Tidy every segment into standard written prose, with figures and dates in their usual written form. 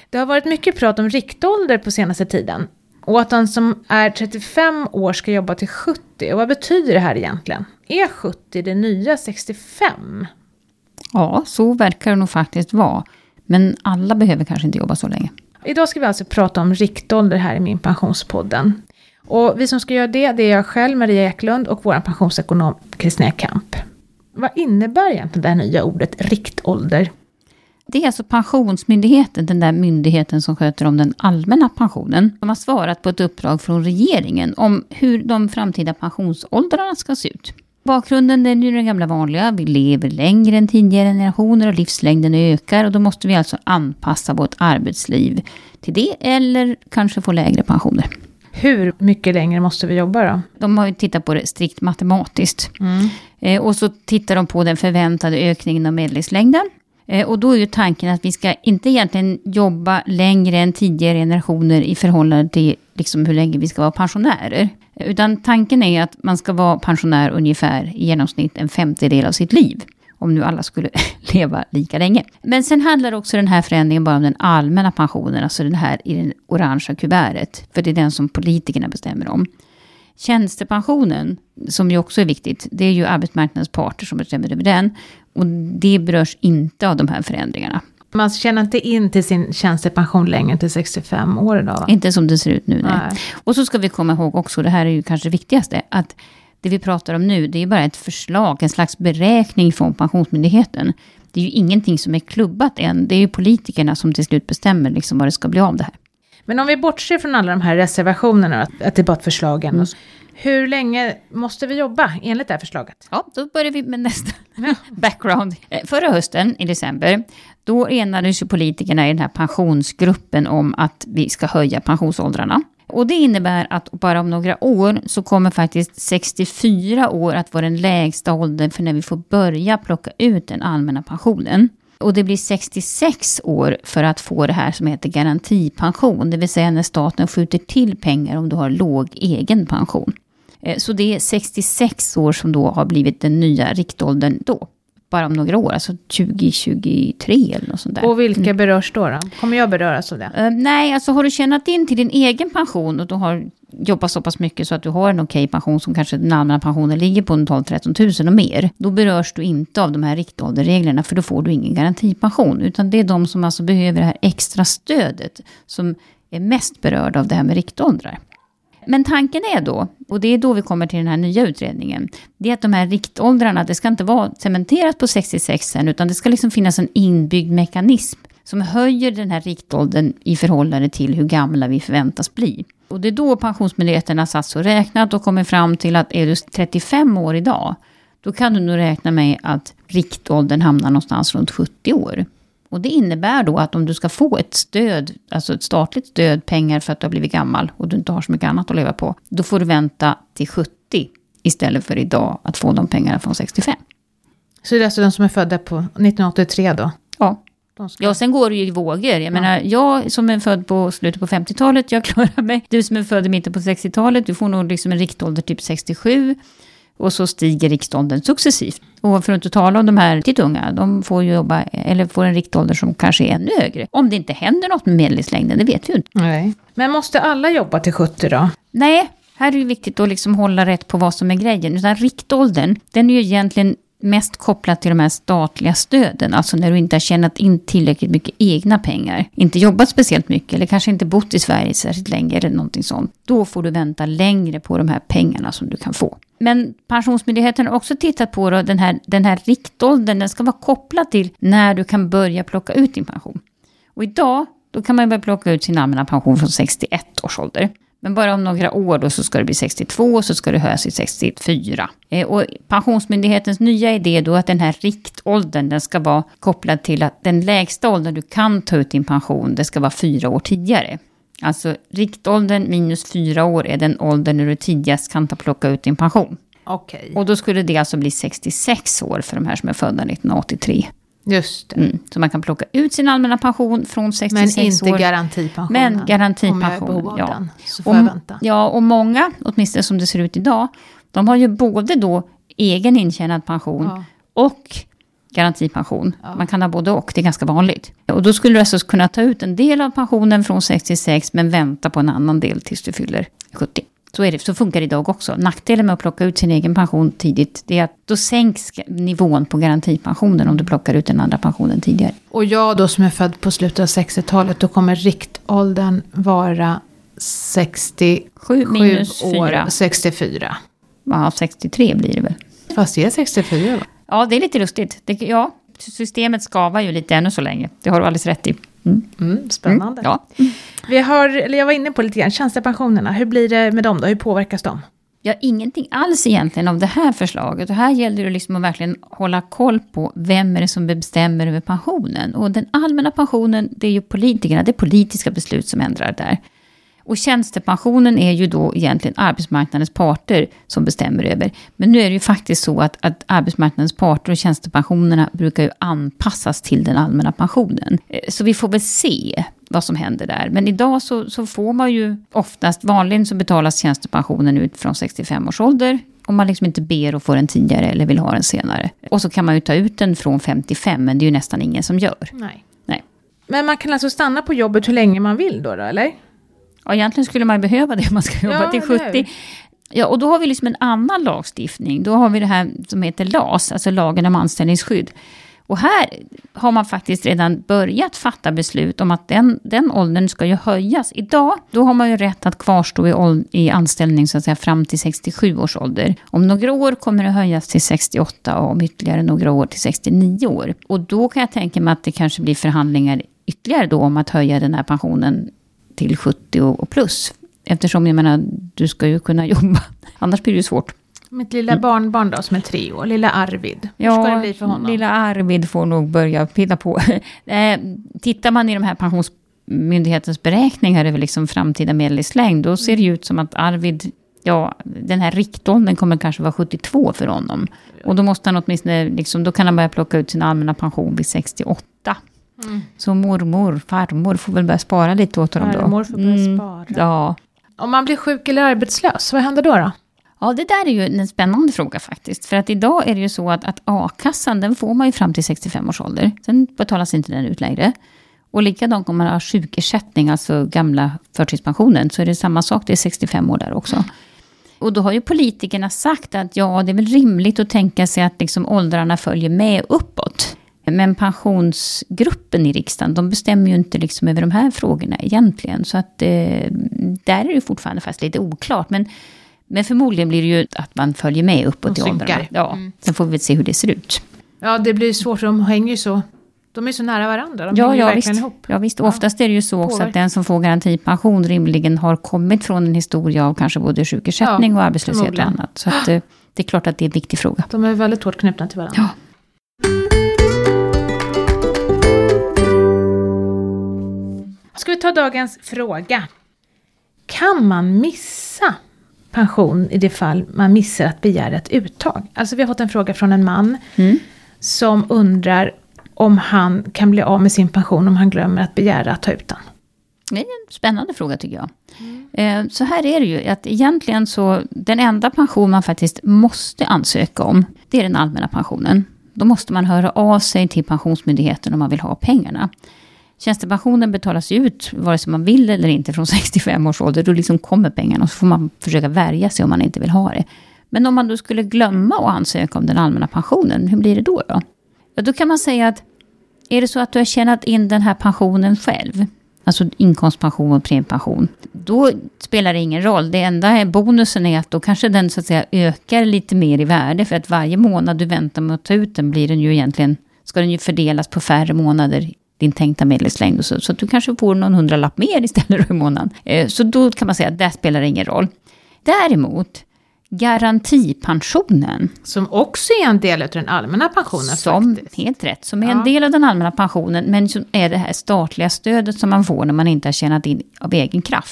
Det har varit mycket prat om riktålder på senaste tiden. Och att de som är 35 år ska jobba till 70. Och vad betyder det här egentligen? Är 70 det nya 65? Ja, så verkar det nog faktiskt vara. Men alla behöver kanske inte jobba så länge. Idag ska vi alltså prata om riktålder här i min pensionspodden. Och vi som ska göra det är jag själv, Maria Eklund, och vår pensionsekonom Kristina Kamp. Vad innebär egentligen det här nya ordet riktålder? Det är alltså Pensionsmyndigheten, den där myndigheten som sköter om den allmänna pensionen. De har svarat på ett uppdrag från regeringen om hur de framtida pensionsåldrarna ska se ut. Bakgrunden är ju den gamla vanliga. Vi lever längre än tidigare generationer och livslängden ökar. Och då måste vi alltså anpassa vårt arbetsliv till det eller kanske få lägre pensioner. Hur mycket längre måste vi jobba då? De har ju tittat på det strikt matematiskt. Och så tittar de på den förväntade ökningen av medellivslängden. Och då är ju tanken att vi ska inte egentligen jobba längre än tidigare generationer i förhållande till liksom hur länge vi ska vara pensionärer. Utan tanken är att man ska vara pensionär ungefär i genomsnitt en 50-del av sitt liv. Om nu alla skulle leva lika länge. Men sen handlar också den här förändringen bara om den allmänna pensionen. Alltså den här i den orangea kuvertet. För det är den som politikerna bestämmer om. Tjänstepensionen, som ju också är viktigt, det är ju arbetsmarknadens parter som bestämmer över den. Och det berörs inte av de här förändringarna. Man känner inte in till sin tjänstepension längre till 65 år idag, va? Inte som det ser ut nu, nej. Och så ska vi komma ihåg också, det här är ju kanske det viktigaste, att det vi pratar om nu, det är bara ett förslag, en slags beräkning från Pensionsmyndigheten. Det är ju ingenting som är klubbat än. Det är ju politikerna som till slut bestämmer liksom vad det ska bli av det här. Men om vi bortser från alla de här reservationerna, att det är bara ett förslag än. Hur länge måste vi jobba enligt det här förslaget? Ja, då börjar vi med nästa background. Förra hösten i december, då enades ju politikerna i den här pensionsgruppen om att vi ska höja pensionsåldrarna. Och det innebär att bara om några år så kommer faktiskt 64 år att vara den lägsta åldern för när vi får börja plocka ut den allmänna pensionen. Och det blir 66 år för att få det här som heter garantipension. Det vill säga när staten skjuter till pengar om du har låg egen pension. Så det är 66 år som då har blivit den nya riktåldern då. Bara om några år, alltså 2023 eller något sånt där. Och vilka berörs då? Kommer jag beröras av det? Nej, alltså har du tjänat in till din egen pension och du har jobbat så pass mycket så att du har en okej pension som kanske den allmänna pensionen ligger på 12-13 000 och mer. Då berörs du inte av de här riktålderreglerna för då får du ingen garantipension. Utan det är de som alltså behöver det här extra stödet som är mest berörda av det här med riktåldrar. Men tanken är då, och det är då vi kommer till den här nya utredningen, det är att de här riktåldrarna, det ska inte vara cementerat på 66 sen, utan det ska liksom finnas en inbyggd mekanism som höjer den här riktåldern i förhållande till hur gamla vi förväntas bli. Och det är då Pensionsmyndigheten har satt och räknat och kommer fram till att är du 35 år idag, då kan du nog räkna med att riktåldern hamnar någonstans runt 70 år. Och det innebär då att om du ska få ett stöd, alltså ett statligt stöd, pengar för att du har blivit gammal och du inte har så mycket annat att leva på, då får du vänta till 70 istället för idag att få de pengarna från 65. Så det är alltså de som är födda på 1983 då? Ja. Ja, sen går det ju i vågor. Jag menar, jag som är född på slutet på 50-talet, jag klarar mig. Du som är född i mitten på 60-talet, du får nog liksom en riktålder typ 67. Och så stiger riktåldern successivt. Och för att inte tala om de här riktigt unga, de får ju jobba, eller får en riktålder som kanske är ännu högre. Om det inte händer något med medellivslängden, det vet vi ju inte. Nej. Men måste alla jobba till 70 då? Nej, här är det viktigt att liksom hålla rätt på vad som är grejen. Utan riktåldern, den är ju egentligen mest kopplat till de här statliga stöden. Alltså när du inte har tjänat in tillräckligt mycket egna pengar. Inte jobbat speciellt mycket eller kanske inte bott i Sverige särskilt länge eller någonting sånt. Då får du vänta längre på de här pengarna som du kan få. Men Pensionsmyndigheten har också tittat på då, den här riktåldern. Den ska vara kopplad till när du kan börja plocka ut din pension. Och idag då kan man börja plocka ut sin allmänna pension från 61 års ålder. Men bara om några år då så ska det bli 62 och så ska det höjas till 64. Och Pensionsmyndighetens nya idé då att den här riktåldern den ska vara kopplad till att den lägsta åldern du kan ta ut din pension det ska vara 4 år tidigare. Alltså riktåldern minus 4 år är den åldern när du tidigast kan plocka ut din pension. Okej. Och då skulle det alltså bli 66 år för de här som är födda 1983. Just det. Så man kan plocka ut sin allmänna pension från 66 år. Men inte garantipensionen. Men garantipensionen, om jag är behov av den, så får och, jag vänta. Ja, och många, åtminstone som det ser ut idag, de har ju både då egen intjänad pension och garantipension. Ja. Man kan ha både och, det är ganska vanligt. Och då skulle du alltså kunna ta ut en del av pensionen från 66 men vänta på en annan del tills du fyller 70. Så funkar det idag också. Nackdelen med att plocka ut sin egen pension tidigt, det är att då sänks nivån på garantipensionen om du plockar ut den andra pensionen tidigare. Och jag då som är född på slutet av 60-talet, då kommer riktåldern vara 67 minus år, 4. 64. Ja, 63 blir det väl. Fast det är 64 va? Ja, det är lite lustigt. Systemet skavar ju lite ännu så länge. Det har du alldeles rätt i. Spännande. Ja. Jag var inne på lite grann, tjänstepensionerna. Hur blir det med dem då? Hur påverkas de? Ja, ingenting alls egentligen av det här förslaget. Och här gäller det liksom att verkligen hålla koll på vem är det som bestämmer över pensionen. Och den allmänna pensionen, det är ju politikerna, det är politiska beslut som ändrar där. Och tjänstepensionen är ju då egentligen arbetsmarknadens parter som bestämmer över. Men nu är det ju faktiskt så att arbetsmarknadens parter och tjänstepensionerna brukar ju anpassas till den allmänna pensionen. Så vi får väl se vad som händer där. Men idag så får man ju oftast, vanligen så betalas tjänstepensionen ut från 65 års ålder. Om man liksom inte ber och får den tidigare eller vill ha den senare. Och så kan man ju ta ut den från 55, men det är ju nästan ingen som gör. Nej. Men man kan alltså stanna på jobbet hur länge man vill då eller? Ja, egentligen skulle man behöva det om man ska jobba till 70. Ja, och då har vi liksom en annan lagstiftning. Då har vi det här som heter LAS, alltså lagen om anställningsskydd. Och här har man faktiskt redan börjat fatta beslut om att den åldern ska ju höjas. Idag, då har man ju rätt att kvarstå i anställning så att säga fram till 67 års ålder. Om några år kommer det höjas till 68 och om ytterligare några år till 69 år. Och då kan jag tänka mig att det kanske blir förhandlingar ytterligare då om att höja den här pensionen till 70 och plus. Eftersom jag menar, du ska ju kunna jobba. Annars blir det ju svårt. Mitt lilla barnbarn då som är 3 år, lilla Arvid. Hur ska det bli för honom? Lilla Arvid får nog börja pilla på. Tittar man i de här pensionsmyndighetens beräkningar över liksom framtida medellivslängd, då ser det ut som att Arvid, den här riktåldern kommer kanske vara 72 för honom. Och då måste han åtminstone, liksom, då kan han börja plocka ut sin allmänna pension vid 68. Så farmor får väl börja spara lite åt honom då. Farmor får börja spara. Ja. Om man blir sjuk eller arbetslös, vad händer då? Ja, det där är ju en spännande fråga faktiskt. För att idag är det ju så att a-kassan, den får man ju fram till 65 års ålder. Sen betalas inte den ut längre. Och likadant om man har sjukersättning, alltså gamla förtidspensionen, så är det samma sak, det är 65 år där också. Och då har ju politikerna sagt att det är väl rimligt att tänka sig att liksom åldrarna följer med uppåt. Men pensionsgruppen i riksdagen, de bestämmer ju inte liksom över de här frågorna egentligen. Så att där är det fortfarande fast lite oklart. Men förmodligen blir det ju att man följer med uppåt i åldrarna. Ja, sen får vi se hur det ser ut. Ja, det blir svårt för de hänger ju så. De är så nära varandra, de hänger verkligen ihop. Ja, visst. Oftast är det ju så också att den som får garantipension rimligen har kommit från en historia av kanske både sjukersättning och arbetslöshet och annat. Så att, det är klart att det är en viktig fråga. De är väldigt hårt knutna till varandra. Ja. Ska vi ta dagens fråga? Kan man missa pension i det fall man missar att begära ett uttag? Alltså vi har fått en fråga från en man som undrar om han kan bli av med sin pension om han glömmer att begära att ta ut den. Det är en spännande fråga tycker jag. Så här är det ju att egentligen så den enda pension man faktiskt måste ansöka om, det är den allmänna pensionen. Då måste man höra av sig till pensionsmyndigheten om man vill ha pengarna. Tjänstepensionen betalas ut vare sig man vill eller inte från 65 års ålder. Då liksom kommer pengarna och så får man försöka värja sig om man inte vill ha det. Men om man då skulle glömma att ansöka om den allmänna pensionen, hur blir det då? Ja, då kan man säga att är det så att du har tjänat in den här pensionen själv, alltså inkomstpension och premiepension, då spelar det ingen roll. Det enda bonusen är att då kanske den så att säga ökar lite mer i värde, för att varje månad du väntar med att ta ut den blir den ju egentligen, ska den ju fördelas på färre månader, din tänkta medellivslängd och så att du kanske får någon 100-lapp mer istället i månaden. Så då kan man säga att det spelar ingen roll. Däremot garantipensionen, som också är en del av den allmänna pensionen faktiskt. Helt rätt, som är en del av den allmänna pensionen, men som är det här statliga stödet som man får när man inte har tjänat in av egen kraft.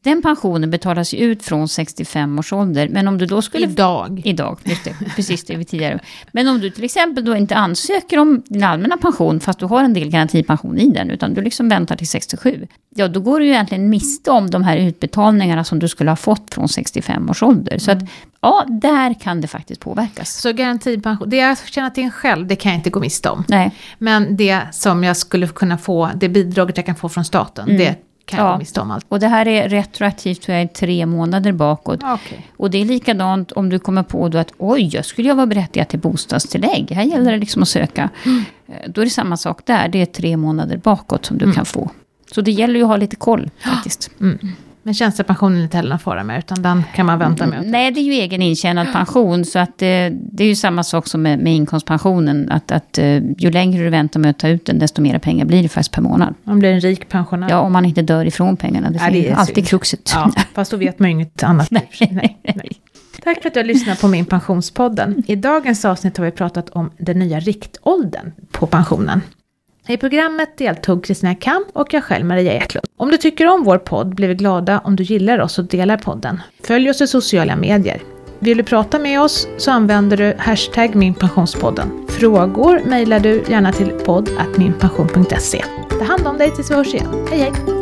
Den pensionen betalas ju ut från 65 års ålder. Men om du då skulle... Idag, just det. Precis det vi tidigare. Men om du till exempel då inte ansöker om din allmänna pension fast du har en del garantipension i den, utan du liksom väntar till 67. Ja, då går du ju egentligen miste om de här utbetalningarna som du skulle ha fått från 65 års ålder. Så att, ja, där kan det faktiskt påverkas. Så garantipension, det jag känner till en själv, det kan jag inte gå miste om. Nej. Men det som jag skulle kunna få, det bidraget jag kan få från staten, det kan jag gå miste om allt. Och det här är retroaktivt för 3 månader bakåt. Okay. Och det är likadant om du kommer på då att jag skulle vara berättigad till bostadstillägg. Här gäller det liksom att söka. Då är det samma sak där. Det är 3 månader bakåt som du kan få. Så det gäller ju att ha lite koll faktiskt. Men tjänstepensionen är inte heller en fara med, utan den kan man vänta med. Nej, det är ju egen intjänad pension, så att det är ju samma sak som med inkomstpensionen. Att ju längre du väntar med att ta ut den, desto mer pengar blir det faktiskt per månad. Man blir en rik pensionär. Ja, om man inte dör ifrån pengarna. Det är alltid kruxet. Ja, fast då vet man ju inget annat. Nej. Tack för att du har lyssnat på min pensionspodden. I dagens avsnitt har vi pratat om den nya riktåldern på pensionen. I programmet deltog Kristina Kamp och jag själv, Maria Eklund. Om du tycker om vår podd blir vi glada om du gillar oss och delar podden. Följ oss i sociala medier. Vill du prata med oss så använder du hashtag minpensionspodden. Frågor mejlar du gärna till podd@minpension.se. Ta hand om dig tills vi hörs igen. Hej hej!